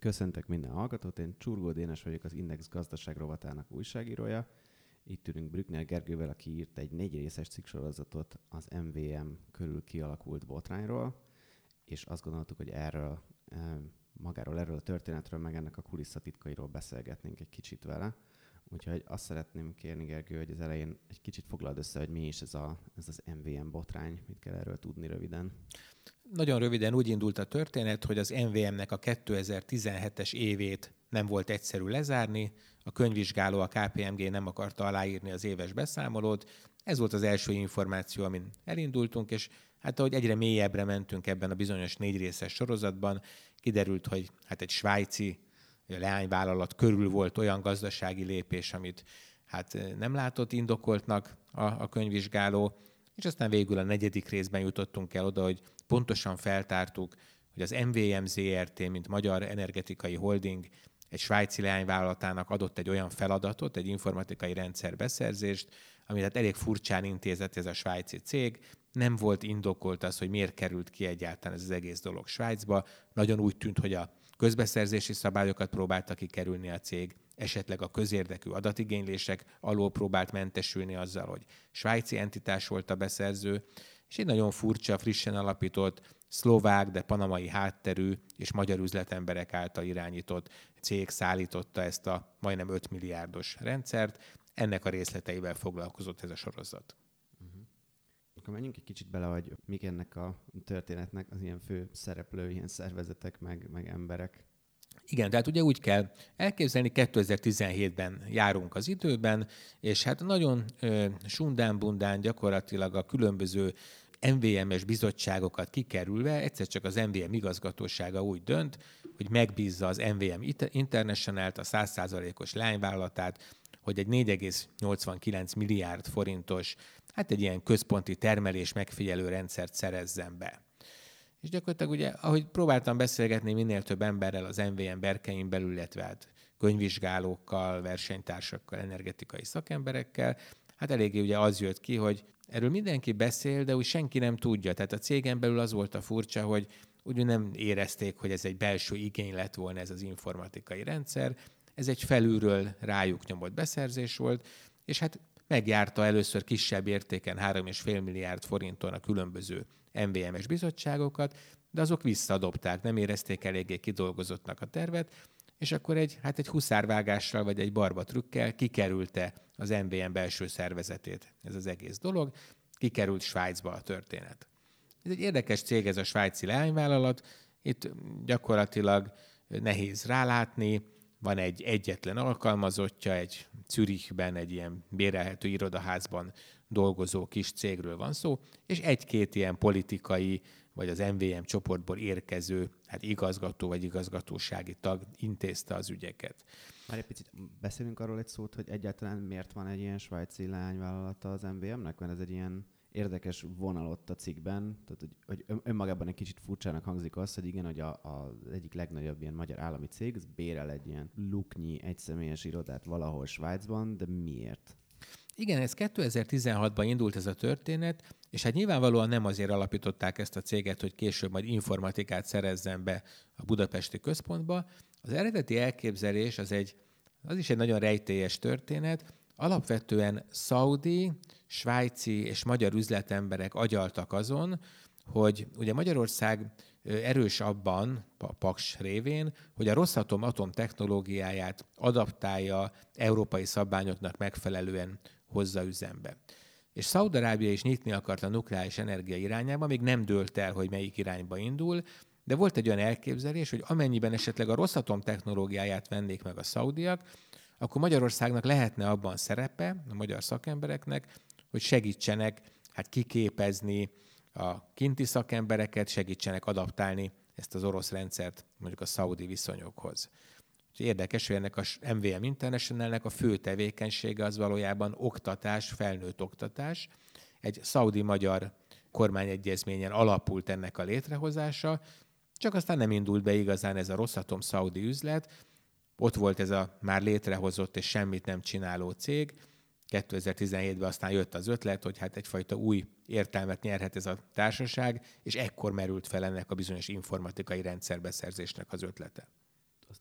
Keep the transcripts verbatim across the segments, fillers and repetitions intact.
Köszöntök minden hallgatót, én Csurgó Dénes vagyok, az Index gazdaság rovatának újságírója. Itt ülünk Brückner Gergővel, aki írt egy négy részes cikksorozatot az em vé em körül kialakult botrányról, és azt gondoltuk, hogy erről, magáról, erről a történetről, meg ennek a kulisszatitkairól beszélgetnénk egy kicsit vele. Úgyhogy azt szeretném kérni, Gergő, hogy az elején egy kicsit foglald össze, hogy mi is ez, a, ez az em vé em botrány, mit kell erről tudni röviden. Nagyon röviden úgy indult a történet, hogy az em vé em-nek a kétezer-tizenhetes évét nem volt egyszerű lezárni, a könyvvizsgáló, a ká pé em gé nem akarta aláírni az éves beszámolót. Ez volt az első információ, amin elindultunk, és hát ahogy egyre mélyebbre mentünk ebben a bizonyos négy részes sorozatban, kiderült, hogy hát egy svájci leányvállalat körül volt olyan gazdasági lépés, amit hát nem látott indokoltnak a, a könyvvizsgáló, és aztán végül a negyedik részben jutottunk el oda, hogy pontosan feltártuk, hogy az em vé em zé er té, mint Magyar Energetikai Holding, egy svájci leányvállalatának adott egy olyan feladatot, egy informatikai rendszer beszerzést, amit hát elég furcsán intézett ez a svájci cég. Nem volt indokolt az, hogy miért került ki egyáltalán ez az egész dolog Svájcba. Nagyon úgy tűnt, hogy a közbeszerzési szabályokat próbálta kikerülni a cég, esetleg a közérdekű adatigénylések alól próbált mentesülni azzal, hogy svájci entitás volt a beszerző, és egy nagyon furcsa, frissen alapított, szlovák, de panamai hátterű és magyar üzletemberek által irányított cég szállította ezt a majdnem öt milliárdos rendszert. Ennek a részleteivel foglalkozott ez a sorozat. Uh-huh. Akkor menjünk egy kicsit bele, hogy mik ennek a történetnek az ilyen fő szereplő, ilyen szervezetek, meg, meg emberek. Igen, tehát ugye úgy kell elképzelni, kétezer-tizenhétben járunk az időben, és hát nagyon ö, sundán-bundán gyakorlatilag a különböző em vé em-es bizottságokat kikerülve, egyszer csak az em vé em igazgatósága úgy dönt, hogy megbízza az em vé em International-t, a száz százalékos leányvállalatát, hogy egy négy egész nyolcvankilenc milliárd forintos, hát egy ilyen központi termelés megfigyelő rendszert szerezzen be. És gyakorlatilag ugye, ahogy próbáltam beszélgetni minél több emberrel az em vé em berkein belül, illetve hát könyvvizsgálókkal, versenytársakkal, energetikai szakemberekkel, hát eléggé ugye az jött ki, hogy erről mindenki beszél, de úgy senki nem tudja. Tehát a cégen belül az volt a furcsa, hogy úgy nem érezték, hogy ez egy belső igény lett volna ez az informatikai rendszer. Ez egy felülről rájuk nyomott beszerzés volt, és hát megjárta először kisebb értéken három egész öt milliárd forinton a különböző em vé em-es bizottságokat, de azok visszadobták, nem érezték eléggé kidolgozottnak a tervet, és akkor egy, hát egy huszárvágással vagy egy barba trükkel kikerülte az em vé em belső szervezetét ez az egész dolog, kikerült Svájcba a történet. Ez egy érdekes cég, ez a svájci leányvállalat, itt gyakorlatilag nehéz rálátni, van egy egyetlen alkalmazottja, egy Zürichben, egy ilyen bérelhető irodaházban dolgozó kis cégről van szó, és egy-két ilyen politikai, vagy az em vé em csoportból érkező hát igazgató vagy igazgatósági tag intézte az ügyeket. Már egy picit beszélünk arról egy szót, hogy egyáltalán miért van egy ilyen svájci leányvállalata az em vé em-nek, mert ez egy ilyen érdekes vonal ott a cikkben, tehát, hogy, hogy önmagában egy kicsit furcsának hangzik az, hogy igen, hogy a, a, az egyik legnagyobb ilyen magyar állami cég, ez bérel egy ilyen luknyi, egyszemélyes irodát valahol Svájcban, de miért? Igen, ez kétezer-tizenhatban indult ez a történet, és hát nyilvánvalóan nem azért alapították ezt a céget, hogy később majd informatikát szerezzen be a budapesti központba. Az eredeti elképzelés az, egy, az is egy nagyon rejtélyes történet. Alapvetően szaudi, svájci és magyar üzletemberek agyaltak azon, hogy ugye Magyarország erős abban, a Paks révén, hogy a Rosszatom atomtechnológiáját adaptálja európai szabványoknak megfelelően hozza üzembe. És Szaúd-Arábia is nyitni akart a nukleáris energia irányába, még nem dőlt el, hogy melyik irányba indul, de volt egy olyan elképzelés, hogy amennyiben esetleg a Rosszatom technológiáját vennék meg a szaudiak, akkor Magyarországnak lehetne abban szerepe, a magyar szakembereknek, hogy segítsenek hát kiképezni a kinti szakembereket, segítsenek adaptálni ezt az orosz rendszert mondjuk a szaudi viszonyokhoz. Érdekes, hogy ennek a em vé em International-nek a fő tevékenysége az valójában oktatás, felnőtt oktatás. Egy szaudi-magyar kormányegyezményen alapult ennek a létrehozása, csak aztán nem indult be igazán ez a Rosszatom szaudi üzlet. Ott volt ez a már létrehozott és semmit nem csináló cég. kétezer-tizenhétben aztán jött az ötlet, hogy hát egyfajta új értelmet nyerhet ez a társaság, és ekkor merült fel ennek a bizonyos informatikai rendszerbeszerzésnek az ötlete. Azt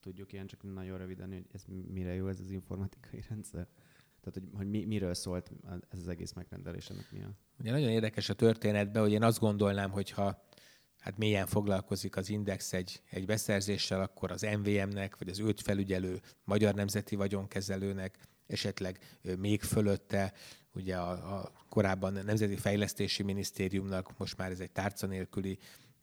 tudjuk ilyen csak nagyon röviden, hogy ez mire jó ez az informatikai rendszer? Tehát, hogy, hogy mi, miről szólt ez az egész megrendelés, ennek mi a... Ugye nagyon érdekes a történetben, hogy én azt gondolnám, hogyha hát mélyen foglalkozik az Index egy, egy beszerzéssel, akkor az em vé em-nek, vagy az őt felügyelő Magyar Nemzeti Vagyonkezelőnek, esetleg még fölötte, ugye a, a korábban Nemzeti Fejlesztési Minisztériumnak, most már ez egy tárca nélküli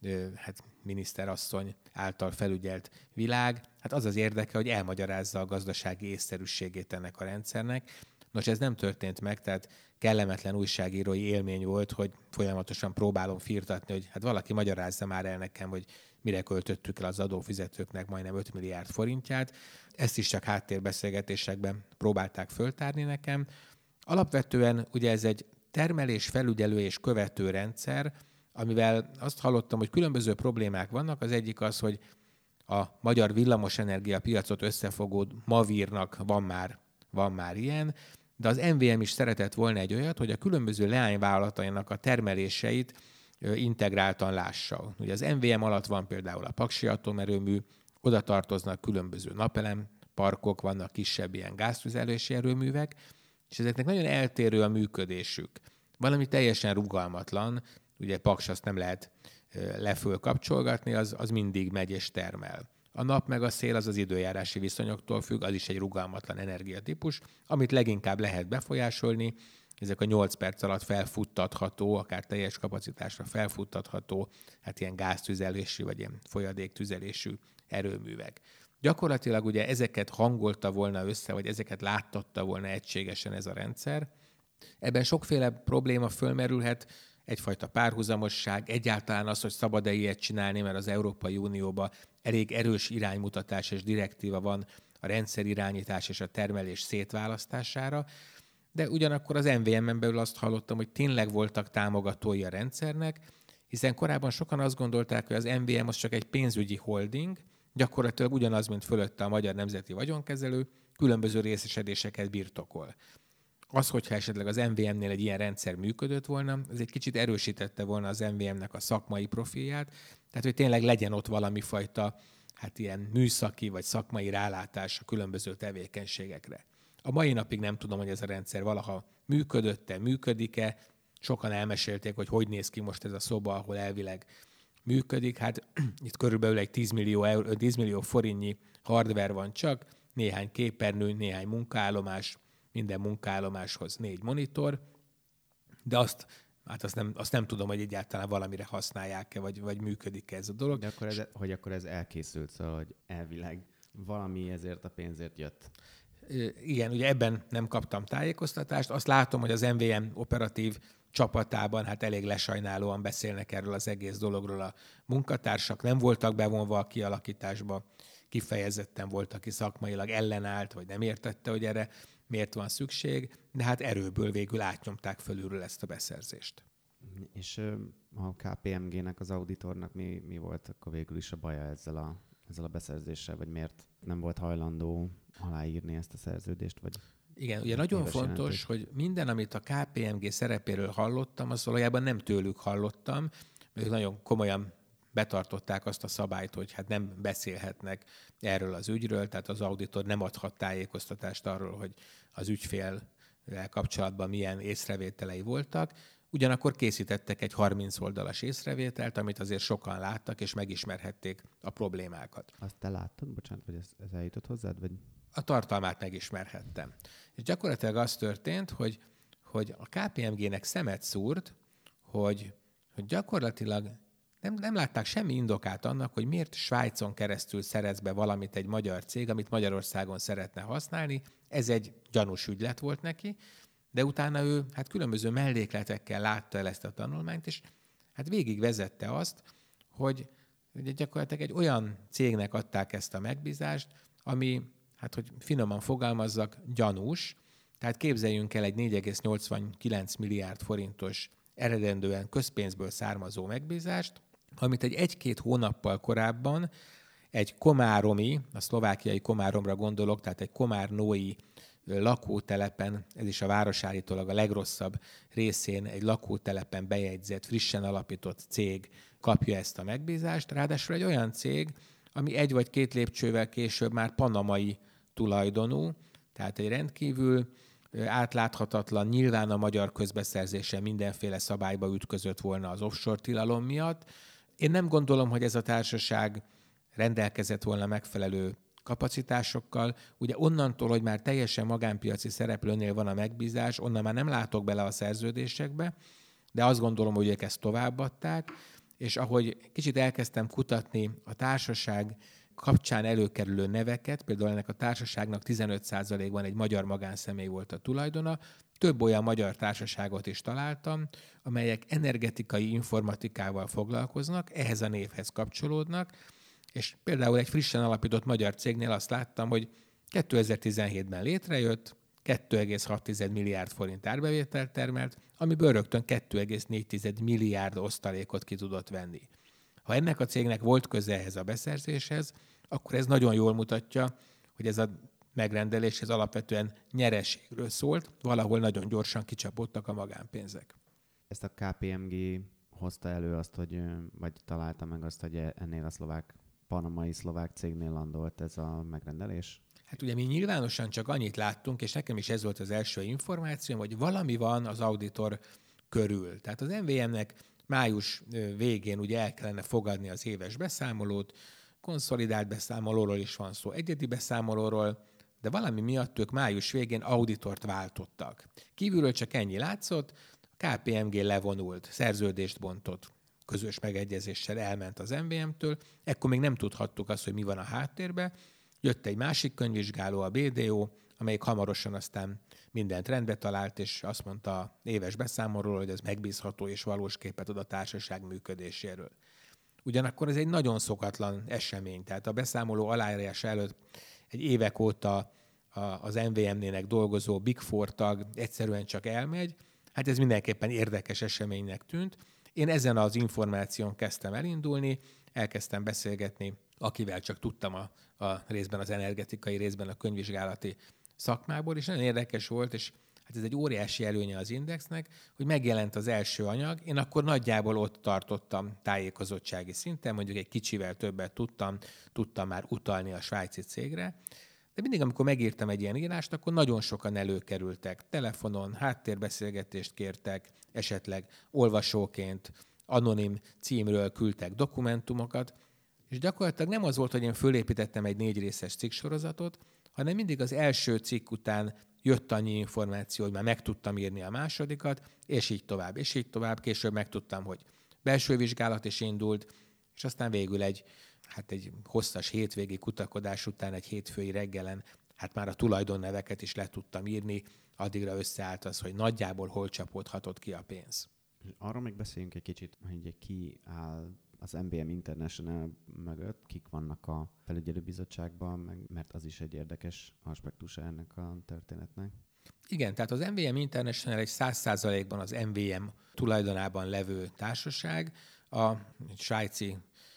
hát miniszterasszony által felügyelt világ. Hát az az érdeke, hogy elmagyarázza a gazdasági észszerűségét ennek a rendszernek. Nos, ez nem történt meg, tehát kellemetlen újságírói élmény volt, hogy folyamatosan próbálom firtatni, hogy hát valaki magyarázza már el nekem, hogy mire költöttük el az adófizetőknek majdnem öt milliárd forintját. Ezt is csak háttérbeszélgetésekben próbálták föltárni nekem. Alapvetően ugye ez egy termelés, felügyelő és követő rendszer, amivel azt hallottam, hogy különböző problémák vannak. Az egyik az, hogy a magyar villamosenergia piacot összefogó Mavírnak van már, van már ilyen, de az em vé em is szeretett volna egy olyat, hogy a különböző leányvállalatainak a termeléseit integráltan lássa. Ugye az em vé em alatt van például a Paksi atomerőmű, oda tartoznak különböző napelem parkok, vannak kisebb ilyen gáztüzelési erőművek, és ezeknek nagyon eltérő a működésük. Valami teljesen rugalmatlan, ugye Paks azt nem lehet leföl kapcsolgatni, az, az mindig megy és termel. A nap meg a szél az az időjárási viszonyoktól függ, az is egy rugalmatlan energiatípus, amit leginkább lehet befolyásolni. Ezek a nyolc perc alatt felfuttatható, akár teljes kapacitásra felfuttatható, hát ilyen gáztüzelésű vagy ilyen folyadéktüzelésű erőművek. Gyakorlatilag ugye ezeket hangolta volna össze, vagy ezeket láttatta volna egységesen ez a rendszer. Ebben sokféle probléma fölmerülhet, egyfajta párhuzamosság, egyáltalán az, hogy szabad-e ilyet csinálni, mert az Európai Unióban elég erős iránymutatás és direktíva van a rendszerirányítás és a termelés szétválasztására, de ugyanakkor az em vé em-en belül azt hallottam, hogy tényleg voltak támogatói a rendszernek, hiszen korábban sokan azt gondolták, hogy az em vé em az csak egy pénzügyi holding, gyakorlatilag ugyanaz, mint fölötte a Magyar Nemzeti Vagyonkezelő, különböző részesedéseket birtokol. Az, hogyha esetleg az em vé em-nél egy ilyen rendszer működött volna, ez egy kicsit erősítette volna az em vé em-nek a szakmai profilját, tehát hogy tényleg legyen ott valami fajta hát ilyen műszaki vagy szakmai rálátás a különböző tevékenységekre. A mai napig nem tudom, hogy ez a rendszer valaha működött-e, működik-e. Sokan elmesélték, hogy hogy néz ki most ez a szoba, ahol elvileg működik. Hát itt körülbelül egy tíz millió, euró, tíz millió forintnyi hardware van csak, néhány képernyő, néhány munkaállomás, minden munkaállomáshoz négy monitor, de azt, hát azt, nem, azt nem tudom, hogy egyáltalán valamire használják-e, vagy, vagy működik-e ez a dolog. De akkor ez, hogy akkor ez elkészült, szóval, hogy elvileg valami ezért a pénzért jött. Igen, ugye ebben nem kaptam tájékoztatást. Azt látom, hogy az em vé em operatív csapatában hát elég lesajnálóan beszélnek erről az egész dologról a munkatársak. Nem voltak bevonva a kialakításba, kifejezetten volt, aki szakmailag ellenállt, vagy nem értette, hogy erre miért van szükség, de hát erőből végül átnyomták fölülről ezt a beszerzést. És a ká pé em gé-nek, az auditornak mi, mi volt akkor végül is a baja ezzel a, ezzel a beszerzéssel, vagy miért nem volt hajlandó aláírni ezt a szerződést? Vagy igen, ugye nagyon fontos, jelentés? Hogy minden, amit a ká pé em gé szerepéről hallottam, az valójában nem tőlük hallottam, ők nagyon komolyan betartották azt a szabályt, hogy hát nem beszélhetnek erről az ügyről, tehát az auditor nem adhat tájékoztatást arról, hogy az ügyféllel kapcsolatban milyen észrevételei voltak. Ugyanakkor készítettek egy harminc oldalas észrevételt, amit azért sokan láttak, és megismerhették a problémákat. Azt te láttad? Bocsánat, vagy ez, ez eljutott hozzád? Vagy? A tartalmát megismerhettem. És gyakorlatilag az történt, hogy, hogy a ká pé em gé-nek szemet szúrt, hogy, hogy gyakorlatilag Nem, nem látták semmi indokát annak, hogy miért Svájcon keresztül szerez be valamit egy magyar cég, amit Magyarországon szeretne használni. Ez egy gyanús ügylet volt neki, de utána ő hát különböző mellékletekkel látta el ezt a tanulmányt, és hát végigvezette azt, hogy, hogy gyakorlatilag egy olyan cégnek adták ezt a megbízást, ami, hát hogy finoman fogalmazzak, gyanús. Tehát képzeljünk el egy négy egész nyolcvankilenc milliárd forintos eredendően közpénzből származó megbízást, amit egy egy-két hónappal korábban egy komáromi, a szlovákiai Komáromra gondolok, tehát egy komárnói lakótelepen, ez is a város állítólag a legrosszabb részén egy lakótelepen bejegyzett, frissen alapított cég kapja ezt a megbízást, ráadásul egy olyan cég, ami egy vagy két lépcsővel később már panamai tulajdonú, tehát egy rendkívül átláthatatlan, nyilván a magyar közbeszerzése mindenféle szabályba ütközött volna az offshore tilalom miatt. Én nem gondolom, hogy ez a társaság rendelkezett volna megfelelő kapacitásokkal. Ugye onnantól, hogy már teljesen magánpiaci szereplőnél van a megbízás, onnan már nem látok bele a szerződésekbe, de azt gondolom, hogy ők ezt továbbadták, és ahogy kicsit elkezdtem kutatni a társaság kapcsán előkerülő neveket, például ennek a társaságnak tizenöt százalékban egy magyar magánszemély volt a tulajdona, több olyan magyar társaságot is találtam, amelyek energetikai informatikával foglalkoznak, ehhez a névhez kapcsolódnak, és például egy frissen alapított magyar cégnél azt láttam, hogy kétezer-tizenhétben létrejött, két egész hat milliárd forint árbevételt termelt, amiből rögtön két egész négy milliárd osztalékot ki tudott venni. Ha ennek a cégnek volt köze ehhez a beszerzéshez, akkor ez nagyon jól mutatja, hogy ez a megrendelés ez alapvetően nyereségről szólt, valahol nagyon gyorsan kicsapódtak a magánpénzek. Ezt a ká pé em gé hozta elő azt, hogy, vagy találta meg azt, hogy ennél a szlovák, panamai szlovák cégnél landolt ez a megrendelés? Hát ugye mi nyilvánosan csak annyit láttunk, és nekem is ez volt az első információm, hogy valami van az auditor körül. Tehát az em vé em-nek május végén ugye el kellene fogadni az éves beszámolót, konszolidált beszámolóról is van szó, egyedi beszámolóról, de valami miatt ők május végén auditort váltottak. Kívülről csak ennyi látszott, a ká pé em gé levonult, szerződést bontott, közös megegyezéssel elment az em vé em-től, ekkor még nem tudhattuk azt, hogy mi van a háttérben. Jött egy másik könyvvizsgáló, a bé dé o, amelyik hamarosan aztán mindent rendbe talált, és azt mondta a éves beszámolóról, hogy ez megbízható és valós képet ad a társaság működéséről. Ugyanakkor ez egy nagyon szokatlan esemény, tehát a beszámoló aláírása előtt egy évek óta az em vé em-nének dolgozó Big Four tag egyszerűen csak elmegy. Hát ez mindenképpen érdekes eseménynek tűnt. Én ezen az információn kezdtem elindulni, elkezdtem beszélgetni, akivel csak tudtam a, a részben az energetikai, részben a könyvvizsgálati szakmából, és nagyon érdekes volt, és hát ez egy óriási előnye az Indexnek, hogy megjelent az első anyag. Én akkor nagyjából ott tartottam tájékozottsági szinten, mondjuk egy kicsivel többet tudtam, tudtam már utalni a svájci cégre, de mindig, amikor megírtam egy ilyen írást, akkor nagyon sokan előkerültek. Telefonon, háttérbeszélgetést kértek, esetleg olvasóként, anonim címről küldtek dokumentumokat, és gyakorlatilag nem az volt, hogy én fölépítettem egy négy részes cikksorozatot, hanem mindig az első cikk után jött annyi információ, hogy már meg tudtam írni a másodikat, és így tovább, és így tovább. Később megtudtam, hogy belső vizsgálat is indult, és aztán végül egy, hát egy hosszas hétvégi kutakodás után egy hétfői reggelen, hát már a tulajdonneveket is le tudtam írni, addigra összeállt az, hogy nagyjából hol csapódhatott ki a pénz. Arról még beszéljünk egy kicsit, hogy ki áll az em bé em International mögött, kik vannak a felügyelőbizottságban, meg, mert az is egy érdekes aspektusa ennek a történetnek. Igen, tehát az em vé em International egy száz százalékban az em vé em tulajdonában levő társaság. A svájci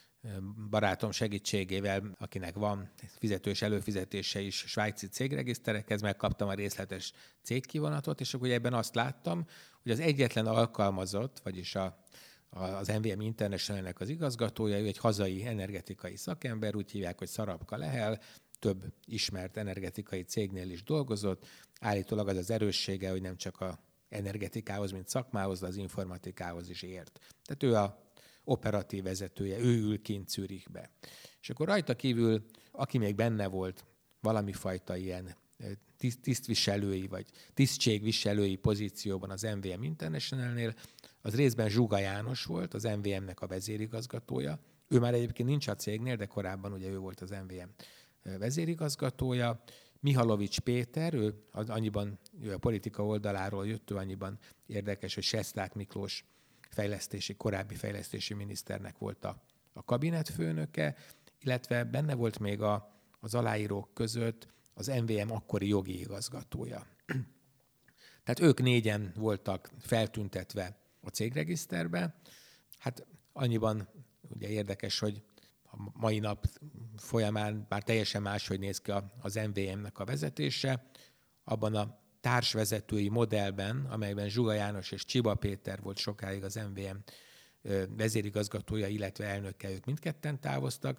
barátom segítségével, akinek van fizetős előfizetése is svájci cégregiszterekhez, megkaptam a részletes cégkivonatot, és akkor ebben azt láttam, hogy az egyetlen alkalmazott, vagyis a az em vé em International-nek az igazgatója, ő egy hazai energetikai szakember, úgy hívják, hogy Szarabka Lehel, több ismert energetikai cégnél is dolgozott. Állítólag az az erőssége, hogy nem csak az energetikához, mint szakmához, de az informatikához is ért. Tehát ő a operatív vezetője, ő ül kint Zürichbe. És akkor rajta kívül, aki még benne volt valami fajta ilyen tisztviselői vagy tisztségviselői pozícióban az em vé em International-nél, az részben Zsuga János volt, az em vé em-nek a vezérigazgatója. Ő már egyébként nincs a cégnél, de korábban ugye ő volt az em vé em vezérigazgatója. Mihalovics Péter, ő annyiban, ő a politika oldaláról jött, ő annyiban érdekes, hogy Sesták Miklós fejlesztési, korábbi fejlesztési miniszternek volt a, a kabinetfőnöke, illetve benne volt még a, az aláírók között az em vé em akkori jogi igazgatója. Tehát ők négyen voltak feltüntetve a cégregiszterbe. Hát annyiban ugye érdekes, hogy a mai nap folyamán már teljesen máshogy néz ki az em vé em-nek a vezetése. Abban a társvezetői modellben, amelyben Zsuga János és Csiba Péter volt sokáig az em vé em vezérigazgatója, illetve elnöke, ők mindketten távoztak,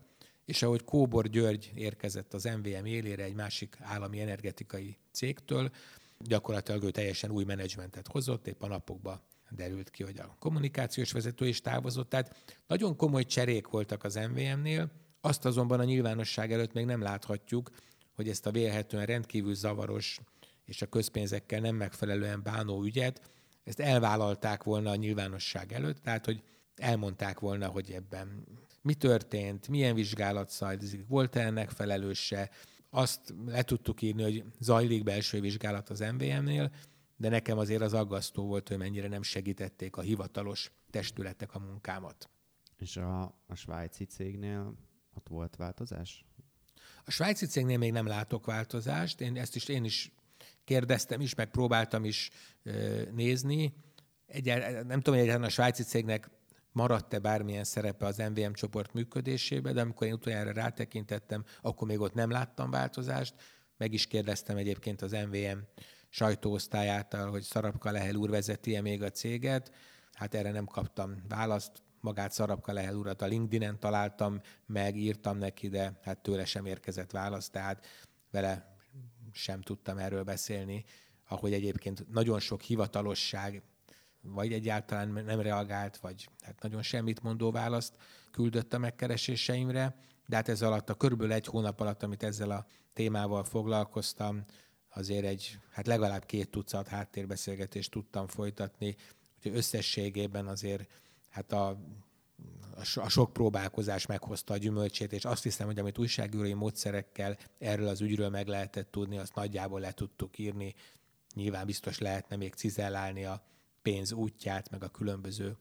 és ahogy Kóbor György érkezett az em vé em élére egy másik állami energetikai cégtől, gyakorlatilag ő teljesen új menedzsmentet hozott, épp a napokban derült ki, hogy a kommunikációs vezető is távozott. Tehát nagyon komoly cserék voltak az em vé em-nél, azt azonban a nyilvánosság előtt még nem láthatjuk, hogy ezt a vélhetően rendkívül zavaros és a közpénzekkel nem megfelelően bánó ügyet, ezt elvállalták volna a nyilvánosság előtt, tehát hogy elmondták volna, hogy ebben mi történt, milyen vizsgálat zajlik, volt-e ennek felelőse. Azt le tudtuk írni, hogy zajlik belső vizsgálat az em vé em-nél, de nekem azért az aggasztó volt, hogy mennyire nem segítették a hivatalos testületek a munkámat. És a, a svájci cégnél ott volt változás? A svájci cégnél még nem látok változást, én ezt is én is kérdeztem is, meg próbáltam is ö, nézni. Egyáltalán, nem tudom, hogy egyáltalán a svájci cégnek maradt-e bármilyen szerepe az em vé em csoport működésében, de amikor én utoljára rátekintettem, akkor még ott nem láttam változást. Meg is kérdeztem egyébként az em vé em sajtóosztályától, hogy Szarabka Lehel úr vezeti-e még a céget. Hát erre nem kaptam választ. Magát Szarabka Lehel urat a LinkedIn-en találtam, meg írtam neki, de hát tőle sem érkezett válasz, tehát vele sem tudtam erről beszélni, ahogy egyébként nagyon sok hivatalosság vagy egyáltalán nem reagált, vagy hát nagyon semmit mondó választ küldött a megkereséseimre, de hát ez alatt a körülbelül egy hónap alatt, amit ezzel a témával foglalkoztam, azért egy, hát legalább két tucat háttérbeszélgetést tudtam folytatni, úgyhogy összességében azért hát a, a sok próbálkozás meghozta a gyümölcsét, és azt hiszem, hogy amit újságírói módszerekkel erről az ügyről meg lehetett tudni, azt nagyjából le tudtuk írni. Nyilván biztos lehetne még cizellálni a pénz útját, meg a különböző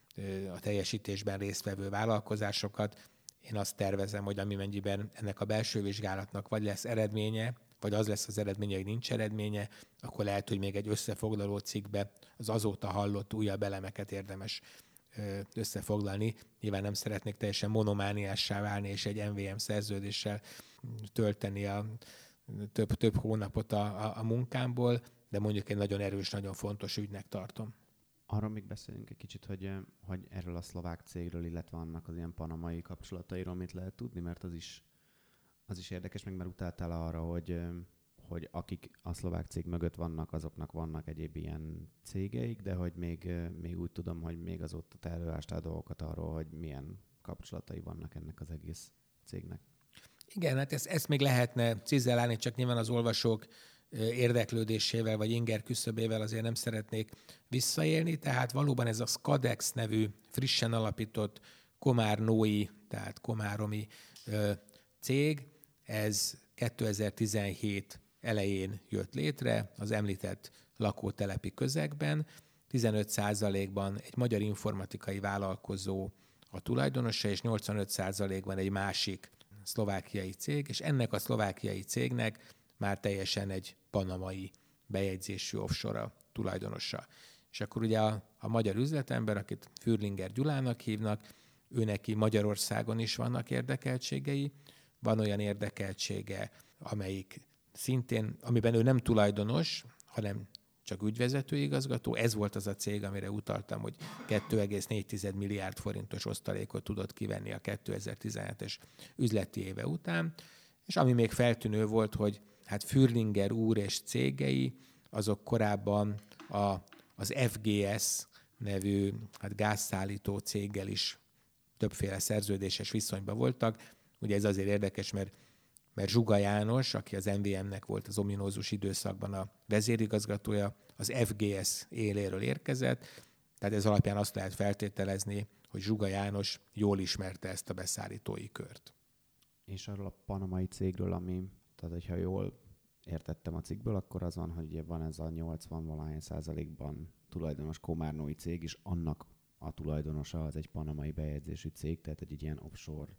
a teljesítésben résztvevő vállalkozásokat. Én azt tervezem, hogy amennyiben ennek a belső vizsgálatnak vagy lesz eredménye, vagy az lesz az eredménye, hogy nincs eredménye, akkor lehet, hogy még egy összefoglaló cikkbe az azóta hallott újabb elemeket érdemes összefoglalni. Nyilván nem szeretnék teljesen monomániássá válni, és egy em vé em szerződéssel tölteni a több, több hónapot a, a, a munkámból, de mondjuk egy nagyon erős, nagyon fontos ügynek tartom. Arról még beszélünk egy kicsit, hogy, hogy erről a szlovák cégről, illetve annak az ilyen panamai kapcsolatairól mit lehet tudni, mert az is, az is érdekes, meg már utáltál arra, hogy, hogy akik a szlovák cég mögött vannak, azoknak vannak egyéb ilyen cégeik, de hogy még, még úgy tudom, hogy még azóta te előástál dolgokat arról, hogy milyen kapcsolatai vannak ennek az egész cégnek. Igen, hát ezt, ezt még lehetne cizellálni, csak nyilván az olvasók érdeklődésével vagy inger küszöbével azért nem szeretnék visszaélni, tehát valóban ez a Skadex nevű frissen alapított komárnói, tehát komáromi ö, cég, ez kétezer-tizenhét elején jött létre az említett lakótelepi közegben, tizenöt százalékban egy magyar informatikai vállalkozó a tulajdonosa, és nyolcvanöt százalékban egy másik szlovákiai cég, és ennek a szlovákiai cégnek már teljesen egy panamai bejegyzésű offshore tulajdonosa. És akkor ugye a, a magyar üzletember, akit Fürlinger Gyulának hívnak, ő neki Magyarországon is vannak érdekeltségei, van olyan érdekeltsége, amelyik szintén, amiben ő nem tulajdonos, hanem csak ügyvezető igazgató. Ez volt az a cég, amire utaltam, hogy két egész négy milliárd forintos osztalékot tudott kivenni a kétezer-tizenhetes üzleti éve után. És ami még feltűnő volt, hogy hát Fürlinger úr és cégei, azok korábban a, az ef gé es nevű hát gázszállító céggel is többféle szerződéses viszonyban voltak. Ugye ez azért érdekes, mert, mert Zsuga János, aki az em vé em-nek volt az ominózus időszakban a vezérigazgatója, az ef gé es éléről érkezett, tehát ez alapján azt lehet feltételezni, hogy Zsuga János jól ismerte ezt a beszállítói kört. És arról a panamai cégről, ami, tehát hogyha jól értettem a cikkből, akkor az van, hogy ugye van ez a nyolcvan-valahány százalékban tulajdonos komárnói cég, és annak a tulajdonosa az egy panamai bejegyzésű cég, tehát egy ilyen offshore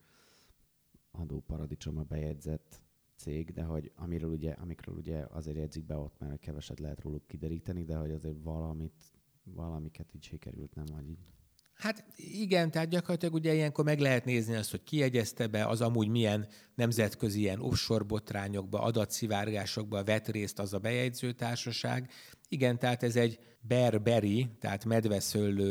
adóparadicsomra bejegyzett cég, de hogy amiről ugye, amikről ugye azért jegyzik be ott, mert keveset lehet róluk kideríteni, de hogy azért valamit, valamiket így sikerült, nem, vagy így. Hát igen, tehát gyakorlatilag ugye ilyenkor meg lehet nézni azt, hogy ki jegyezte be, az amúgy milyen nemzetközi ilyen offshore botrányokba, adatszivárgásokba vett részt az a bejegyző társaság. Igen, tehát ez egy berberi, tehát medveszőlő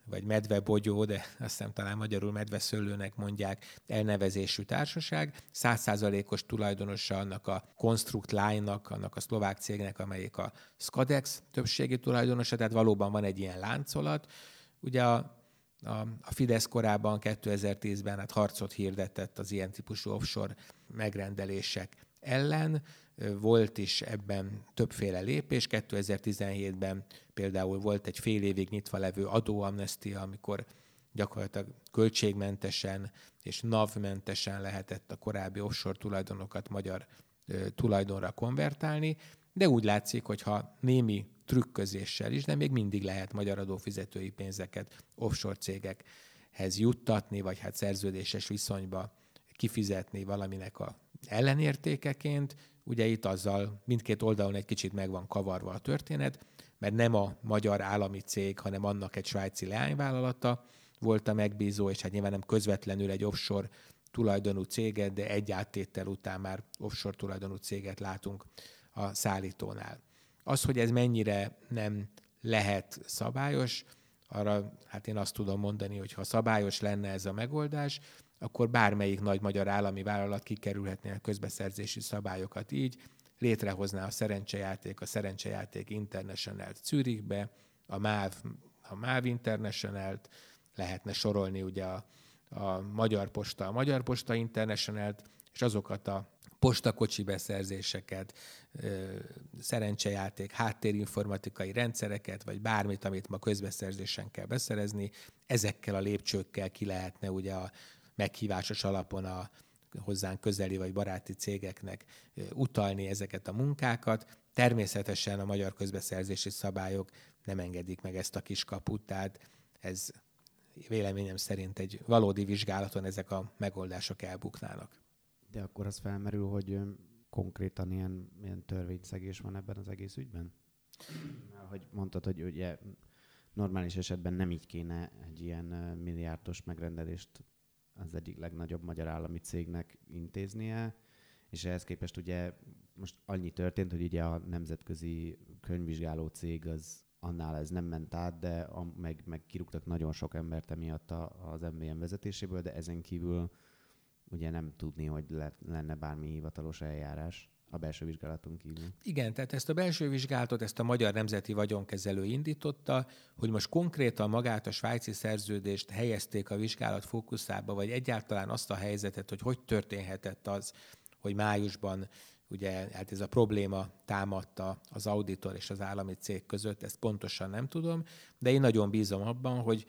vagy medvebogyó, de azt hiszem talán magyarul medveszőlőnek mondják, elnevezésű társaság. Száz százalékos tulajdonosa annak a Construct Line-nak, annak a szlovák cégnek, amelyik a Skadex többségi tulajdonosa, tehát valóban van egy ilyen láncolat. Ugye a A, a Fidesz korábban kétezer-tízben hát harcot hirdetett az ilyen típusú offshore megrendelések ellen. Volt is ebben többféle lépés. kétezer-tizenhétben például volt egy fél évig nyitva levő adóamnestia, amikor gyakorlatilag költségmentesen és NAV-mentesen lehetett a korábbi offshore tulajdonokat magyar ö, tulajdonra konvertálni, de úgy látszik, hogy ha némi trükközéssel is, de még mindig lehet magyar adófizetői pénzeket offshore cégekhez juttatni, vagy hát szerződéses viszonyba kifizetni valaminek a ellenértékeként. Ugye itt azzal mindkét oldalon egy kicsit meg van kavarva a történet, mert nem a magyar állami cég, hanem annak egy svájci leányvállalata volt a megbízó, és hát nyilván nem közvetlenül egy offshore tulajdonú céget, de egy áttétel után már offshore tulajdonú céget látunk a szállítónál. Az, hogy ez mennyire nem lehet szabályos, arra hát én azt tudom mondani, hogy ha szabályos lenne ez a megoldás, akkor bármelyik nagy magyar állami vállalat kikerülhetné a közbeszerzési szabályokat így, létrehozná a szerencsejáték, a Szerencsejáték International-t Zürichbe, a MÁV, a MÁV International-t, lehetne sorolni ugye a, a Magyar Posta, a Magyar Posta International-t, és azokat a postakocsi beszerzéseket, szerencsejáték, háttérinformatikai rendszereket, vagy bármit, amit ma közbeszerzésen kell beszerezni, ezekkel a lépcsőkkel ki lehetne ugye a meghívásos alapon a hozzánk közeli vagy baráti cégeknek utalni ezeket a munkákat. Természetesen a magyar közbeszerzési szabályok nem engedik meg ezt a kiskaput, tehát ez véleményem szerint egy valódi vizsgálaton ezek a megoldások elbuknának. De akkor az felmerül, hogy konkrétan ilyen, ilyen törvényszegés van ebben az egész ügyben? Hogy mondtad, hogy ugye normális esetben nem így kéne egy ilyen milliárdos megrendelést az egyik legnagyobb magyar állami cégnek intéznie, és ehhez képest ugye most annyi történt, hogy ugye a nemzetközi könyvvizsgáló cég az annál ez nem ment át, de a, meg, meg kirúgtak nagyon sok embert emiatt a, az em vé em vezetéséből, de ezen kívül ugye nem tudni, hogy le, lenne bármi hivatalos eljárás a belső vizsgálaton kívül. Igen, tehát ezt a belső vizsgálatot, ezt a Magyar Nemzeti Vagyonkezelő indította, hogy most konkrétan magát a svájci szerződést helyezték a vizsgálat fókuszába, vagy egyáltalán azt a helyzetet, hogy hogy történhetett az, hogy májusban ugye hát ez a probléma támadta az auditor és az állami cég között, ezt pontosan nem tudom, de én nagyon bízom abban, hogy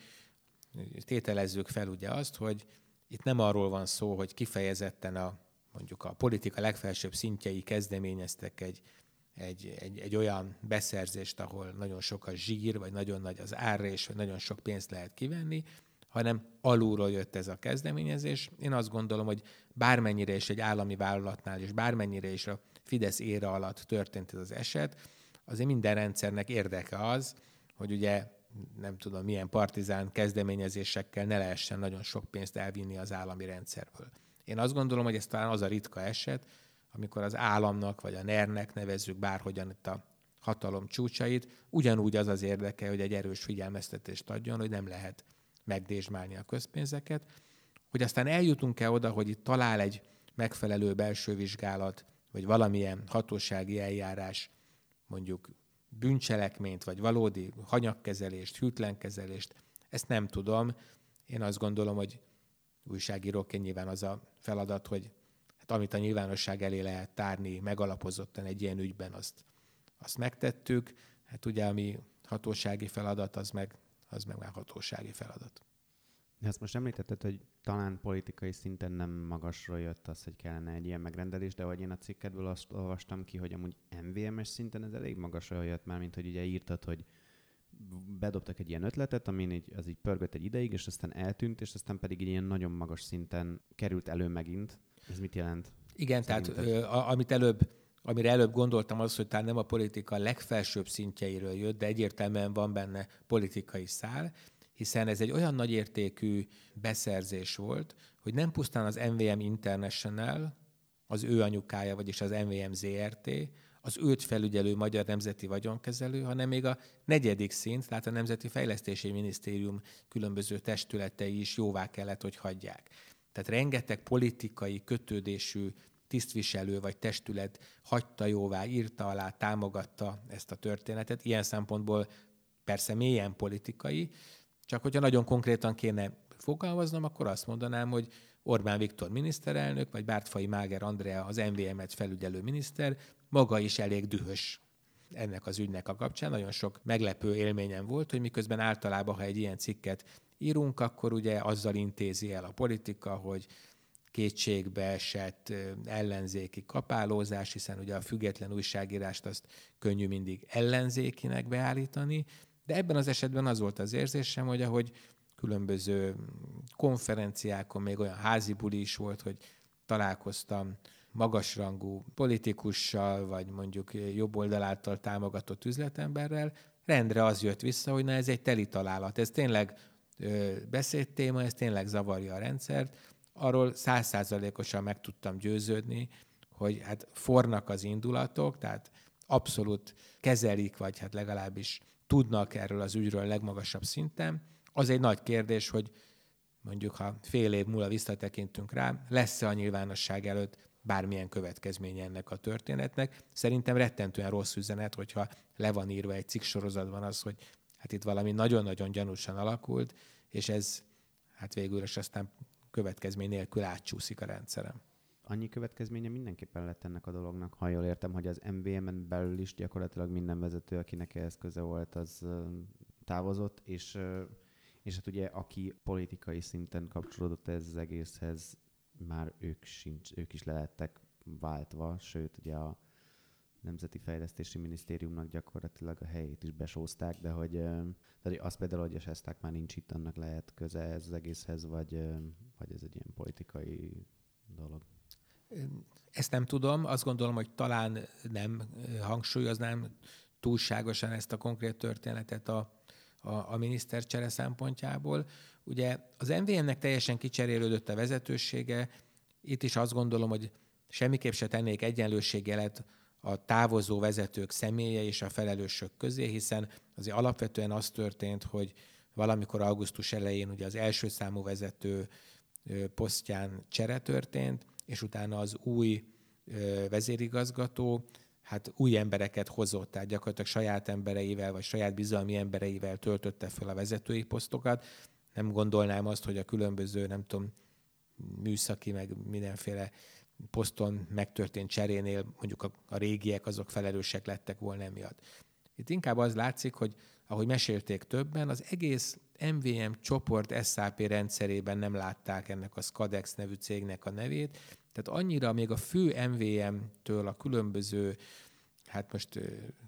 tételezzük fel ugye azt, hogy itt nem arról van szó, hogy kifejezetten a, mondjuk a politika legfelsőbb szintjei kezdeményeztek egy, egy, egy, egy olyan beszerzést, ahol nagyon sok a zsír, vagy nagyon nagy az árrés, vagy nagyon sok pénzt lehet kivenni, hanem alulról jött ez a kezdeményezés. Én azt gondolom, hogy bármennyire is egy állami vállalatnál, és bármennyire is a Fidesz éra alatt történt ez az eset, azért minden rendszernek érdeke az, hogy ugye nem tudom milyen partizán kezdeményezésekkel ne lehessen nagyon sok pénzt elvinni az állami rendszerből. Én azt gondolom, hogy ez talán az a ritka eset, amikor az államnak vagy a nernek nevezzük bárhogyan itt a hatalom csúcsait, ugyanúgy az az érdeke, hogy egy erős figyelmeztetést adjon, hogy nem lehet megdésmálni a közpénzeket, hogy aztán eljutunk-e oda, hogy itt talál egy megfelelő belső vizsgálat, vagy valamilyen hatósági eljárás, mondjuk bűncselekményt, vagy valódi hanyagkezelést, hűtlenkezelést, ezt nem tudom. Én azt gondolom, hogy újságíróként nyilván az a feladat, hogy hát amit a nyilvánosság elé lehet tárni megalapozottan egy ilyen ügyben, azt, azt megtettük. Hát ugye, ami hatósági feladat, az meg, az meg már hatósági feladat. De azt most említetted, hogy talán politikai szinten nem magasról jött az, hogy kellene egy ilyen megrendelés, de hogy én a cikkedből azt olvastam ki, hogy amúgy em vé em-es szinten ez elég magasról jött már, mint hogy ugye írtad, hogy bedobtak egy ilyen ötletet, amin így, az így pörgött egy ideig, és aztán eltűnt, és aztán pedig egy ilyen nagyon magas szinten került elő megint. Ez mit jelent? Igen, szerinted? Tehát ö, amit előbb, amire előbb gondoltam az, hogy talán nem a politika legfelsőbb szintjeiről jött, de egyértelműen van benne politikai szál, hiszen ez egy olyan nagyértékű beszerzés volt, hogy nem pusztán az em vé em International, az ő anyukája, vagyis az em vé em zé er té, az őt felügyelő Magyar Nemzeti Vagyonkezelő, hanem még a negyedik szint, tehát a Nemzeti Fejlesztési Minisztérium különböző testületei is jóvá kellett, hogy hagyják. Tehát rengeteg politikai kötődésű tisztviselő vagy testület hagyta jóvá, írta alá, támogatta ezt a történetet. Ilyen szempontból persze mélyen politikai, csak hogyha nagyon konkrétan kéne fogalmaznom, akkor azt mondanám, hogy Orbán Viktor miniszterelnök, vagy Bártfai Máger Andrea az em vé em-et felügyelő miniszter maga is elég dühös ennek az ügynek a kapcsán. Nagyon sok meglepő élményem volt, hogy miközben általában, ha egy ilyen cikket írunk, akkor ugye azzal intézi el a politika, hogy kétségbe esett ellenzéki kapálózás, hiszen ugye a független újságírást azt könnyű mindig ellenzékinek beállítani, de ebben az esetben az volt az érzésem, hogy ahogy különböző konferenciákon, még olyan házi buli is volt, hogy találkoztam magasrangú politikussal, vagy mondjuk jobb oldal által támogatott üzletemberrel, rendre az jött vissza, hogy na ez egy teli találat, ez tényleg ö, beszédtéma, ez tényleg zavarja a rendszert. Arról százszázalékosan meg tudtam győződni, hogy hát fornak az indulatok, tehát abszolút kezelik, vagy hát legalábbis tudnak erről az ügyről legmagasabb szinten. Az egy nagy kérdés, hogy mondjuk, ha fél év múlva visszatekintünk rá, lesz-e a nyilvánosság előtt bármilyen következménye ennek a történetnek. Szerintem rettentően rossz üzenet, hogyha le van írva egy cikksorozatban az, hogy hát itt valami nagyon-nagyon gyanúsan alakult, és ez hát végül is aztán következmény nélkül átcsúszik a rendszerem. Annyi következménye mindenképpen lett ennek a dolognak, ha jól értem, hogy az em vé em-en belül is gyakorlatilag minden vezető, akinek ehhez köze volt, az távozott, és, és hát ugye aki politikai szinten kapcsolódott ez az egészhez, már ők, sincs, ők is le lettek váltva, sőt ugye a Nemzeti Fejlesztési Minisztériumnak gyakorlatilag a helyét is besózták, de hogy tehát az például, hogy a Sesták már nincs itt, annak lehet köze ez az egészhez, vagy, vagy ez egy ilyen politikai dolog? Ezt nem tudom, azt gondolom, hogy talán nem hangsúlyoznám túlságosan ezt a konkrét történetet a, a, a minisztercsere szempontjából. Ugye az em vé em-nek teljesen kicserélődött a vezetősége, itt is azt gondolom, hogy semmiképp se tennék egyenlőségjelet a távozó vezetők személye és a felelősök közé, hiszen azért alapvetően az történt, hogy valamikor augusztus elején ugye az első számú vezető posztján csere történt, és utána az új vezérigazgató hát új embereket hozott, tehát gyakorlatilag saját embereivel, vagy saját bizalmi embereivel töltötte fel a vezetői posztokat. Nem gondolnám azt, hogy a különböző, nem tudom, műszaki, meg mindenféle poszton megtörtént cserénél mondjuk a, a régiek azok felelősek lettek volna emiatt. Itt inkább az látszik, hogy ahogy mesélték többen, az egész em vé em csoport es á pé rendszerében nem látták ennek a Skadex nevű cégnek a nevét, tehát annyira még a fő em vé em-től a különböző, hát most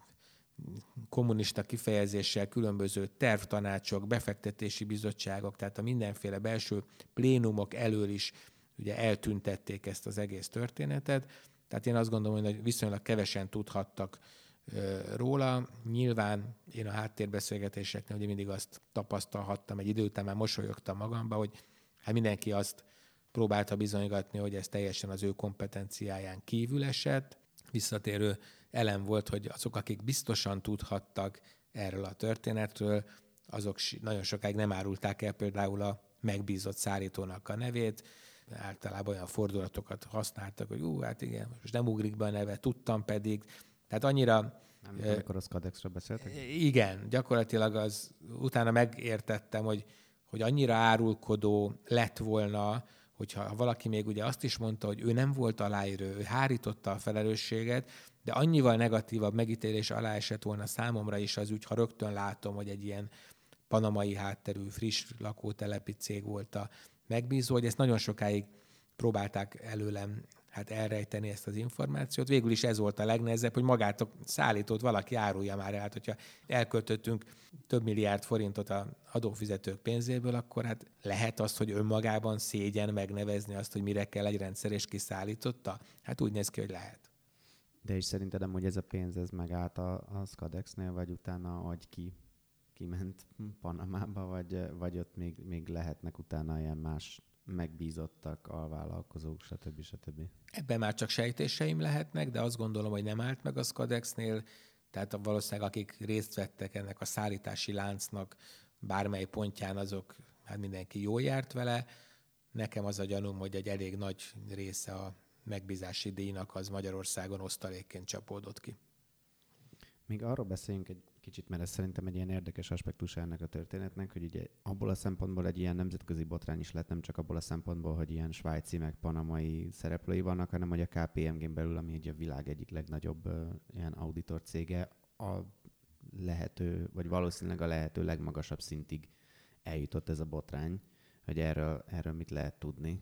kommunista kifejezéssel különböző tervtanácsok, befektetési bizottságok, tehát a mindenféle belső plénumok elől is ugye eltüntették ezt az egész történetet. Tehát én azt gondolom, hogy viszonylag kevesen tudhattak róla. Nyilván én a háttérbeszélgetéseknél ugye mindig azt tapasztalhattam, egy idő után már mosolyogtam magamba, hogy hát mindenki azt próbálta bizonygatni, hogy ez teljesen az ő kompetenciáján kívül esett. Visszatérő elem volt, hogy azok, akik biztosan tudhattak erről a történetről, azok nagyon sokáig nem árulták el például a megbízott szállítónak a nevét. Általában olyan fordulatokat használtak, hogy ú, hát igen, most nem ugrik be a neve, tudtam pedig. Tehát annyira... Nem, amikor a Skadexről beszéltek? Igen, gyakorlatilag az, utána megértettem, hogy, hogy annyira árulkodó lett volna, hogyha valaki még ugye azt is mondta, hogy ő nem volt aláíró, ő hárította a felelősséget, de annyival negatívabb megítélés alá esett volna számomra is az ügy, ha rögtön látom, hogy egy ilyen panamai hátterű, friss lakótelepi cég volt a megbízó, hogy ezt nagyon sokáig próbálták előlem hát elrejteni ezt az információt. Végül is ez volt a legnehezebb, hogy magát a szállítót valaki árulja már el. Hát, hogyha elköltöttünk több milliárd forintot az adófizetők pénzéből, akkor hát lehet az, hogy önmagában szégyen megnevezni azt, hogy mire kell egy rendszer, és kiszállította? Hát úgy néz ki, hogy lehet. De is szerinted nem, hogy ez a pénz ez megállt a, a Skadexnél, vagy utána, hogy ki, kiment Panamába, vagy, vagy ott még, még lehetnek utána ilyen más megbízottak, alvállalkozók, stb. stb. Ebben már csak sejtéseim lehetnek, de azt gondolom, hogy nem állt meg a Skadexnél, tehát valószínűleg akik részt vettek ennek a szállítási láncnak bármely pontján, azok, hát mindenki jól járt vele. Nekem az a gyanúm, hogy egy elég nagy része a megbízási díjnak az Magyarországon osztalékként csapódott ki. Még arról beszéljünk egy kicsit, mert ez szerintem egy ilyen érdekes aspektus ennek a történetnek, hogy ugye abból a szempontból egy ilyen nemzetközi botrány is lett, nem csak abból a szempontból, hogy ilyen svájci meg panamai szereplői vannak, hanem hogy a ká pé em gén belül, ami egy a világ egyik legnagyobb uh, ilyen auditor cége, a lehető, vagy valószínűleg a lehető legmagasabb szintig eljutott ez a botrány, hogy erről, erről mit lehet tudni.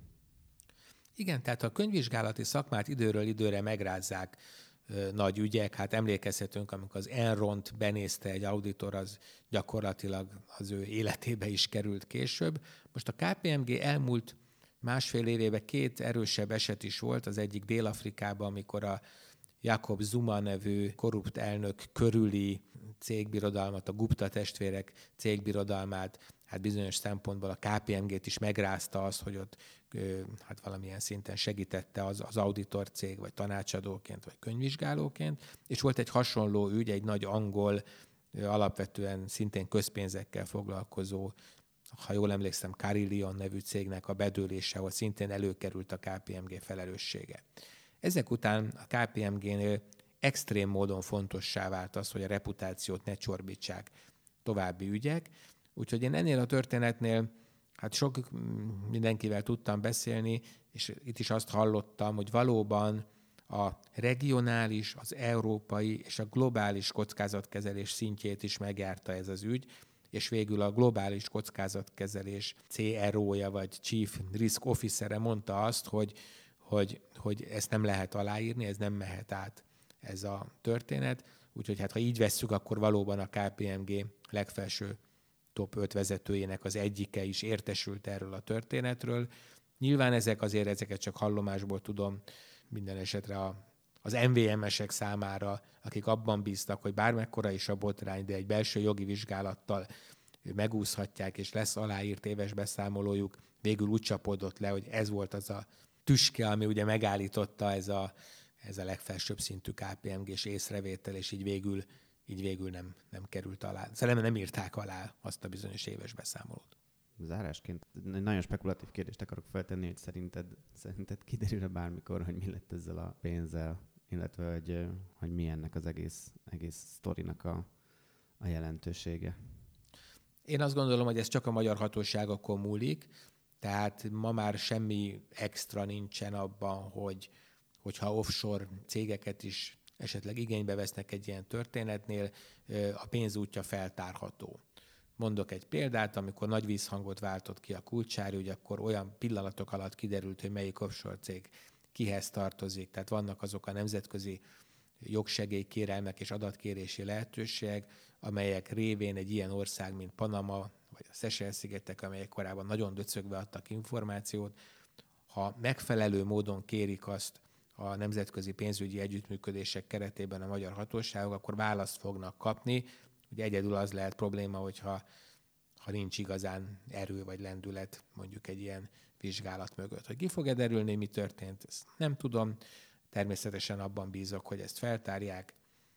Igen, tehát a könyvvizsgálati szakmát időről időre megrázzák ö, nagy ügyek. Hát emlékezhetünk, amikor az Enront benézte egy auditor, az gyakorlatilag az ő életébe is került később. Most a ká pé em gé elmúlt másfél évében két erősebb eset is volt, az egyik Dél-Afrikában, amikor a Jacob Zuma nevű korrupt elnök körüli cégbirodalmat, a Gupta testvérek cégbirodalmát, hát bizonyos szempontból a ká pé em gét is megrázta az, hogy ott hát valamilyen szinten segítette az, az auditor cég, vagy tanácsadóként, vagy könyvvizsgálóként. És volt egy hasonló ügy, egy nagy angol, alapvetően szintén közpénzekkel foglalkozó, ha jól emlékszem, Carillion nevű cégnek a bedőlése, ahol szintén előkerült a ká pé em gé felelőssége. Ezek után a ká pé em génél extrém módon fontossá vált az, hogy a reputációt ne csorbítsák további ügyek. Úgyhogy én ennél a történetnél hát sok mindenkivel tudtam beszélni, és itt is azt hallottam, hogy valóban a regionális, az európai és a globális kockázatkezelés szintjét is megjárta ez az ügy, és végül a globális kockázatkezelés cé er ó-ja vagy Chief Risk Officer-e mondta azt, hogy Hogy, hogy ezt nem lehet aláírni, ez nem mehet át ez a történet. Úgyhogy hát ha így vesszük, akkor valóban a ká pé em gé legfelső top öt vezetőjének az egyike is értesült erről a történetről. Nyilván ezek azért, ezeket csak hallomásból tudom, minden esetre a, az em vé em-esek számára, akik abban bíztak, hogy bármekkora is a botrány, de egy belső jogi vizsgálattal megúszhatják, és lesz aláírt éves beszámolójuk, végül úgy csapódott le, hogy ez volt az a tüske, ami ugye megállította ez a, ez a legfelsőbb szintű ká pé em gés észrevétel, és így végül, így végül nem, nem került alá. Szerintem nem írták alá azt a bizonyos éves beszámolót. Zárásként egy nagyon spekulatív kérdést akarok feltenni, hogy szerinted, szerinted kiderül-e bármikor, hogy mi lett ezzel a pénzzel, illetve hogy, hogy mi ennek az egész, egész sztorinak a, a jelentősége? Én azt gondolom, hogy ez csak a magyar hatóságokon múlik, tehát ma már semmi extra nincsen abban, hogy, hogyha offshore cégeket is esetleg igénybe vesznek egy ilyen történetnél, a pénzútja feltárható. Mondok egy példát, amikor nagy vízhangot váltott ki a Kulcsári, ugye akkor olyan pillanatok alatt kiderült, hogy melyik offshore cég kihez tartozik. Tehát vannak azok a nemzetközi jogsegélykérelmek és adatkérési lehetőségek, amelyek révén egy ilyen ország, mint Panama, vagy a Seychelles-szigetek, amelyek korábban nagyon döcögve adtak információt, ha megfelelő módon kérik azt a nemzetközi pénzügyi együttműködések keretében a magyar hatóságok, akkor választ fognak kapni. Ugye egyedül az lehet probléma, hogyha ha nincs igazán erő vagy lendület mondjuk egy ilyen vizsgálat mögött. Hogy ki fog-e derülni, mi történt, ezt nem tudom. Természetesen abban bízok, hogy ezt feltárják,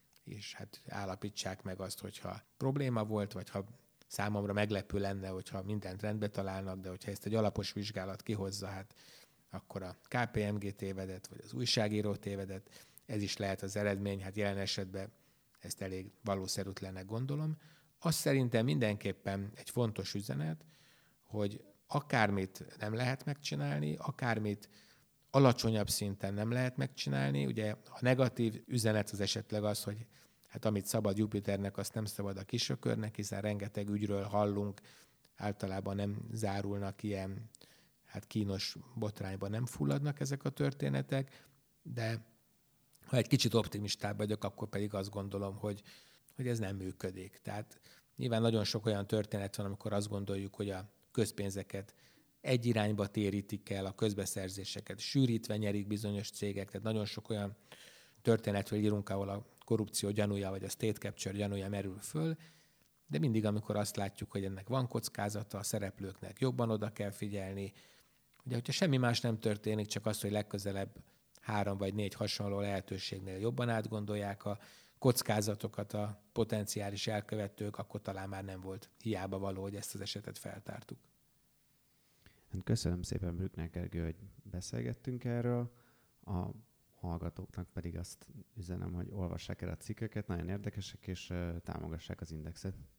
és hát állapítsák meg azt, hogyha probléma volt, vagy ha számomra meglepő lenne, hogyha mindent rendbe találnak, de hogyha ezt egy alapos vizsgálat kihozza, hát akkor a ká pé em gé tévedett, vagy az újságíró tévedett. Ez is lehet az eredmény, hát jelen esetben ezt elég valószerűtlennek gondolom. Azt szerintem mindenképpen egy fontos üzenet, hogy akármit nem lehet megcsinálni, akármit alacsonyabb szinten nem lehet megcsinálni. Ugye a negatív üzenet az esetleg az, hogy hát amit szabad Jupiternek, azt nem szabad a kisökörnek, hiszen rengeteg ügyről hallunk, általában nem zárulnak ilyen hát kínos botrányban, nem fulladnak ezek a történetek, de ha egy kicsit optimistább vagyok, akkor pedig azt gondolom, hogy, hogy ez nem működik. Tehát nyilván nagyon sok olyan történet van, amikor azt gondoljuk, hogy a közpénzeket egy irányba térítik el, a közbeszerzéseket sűrítve nyerik bizonyos cégek, tehát nagyon sok olyan történetről írunk, ahol a korrupció gyanúja vagy a state capture gyanúja merül föl, de mindig, amikor azt látjuk, hogy ennek van kockázata, a szereplőknek jobban oda kell figyelni, Ugye, hogyha semmi más nem történik, csak az, hogy legközelebb három vagy négy hasonló lehetőségnél jobban átgondolják a kockázatokat a potenciális elkövetők, akkor talán már nem volt hiába való, hogy ezt az esetet feltártuk. Köszönöm szépen, Brückner Gergő, hogy beszélgettünk erről. A hallgatóknak pedig azt üzenem, hogy olvassák el a cikkeket, nagyon érdekesek, és támogassák az Indexet.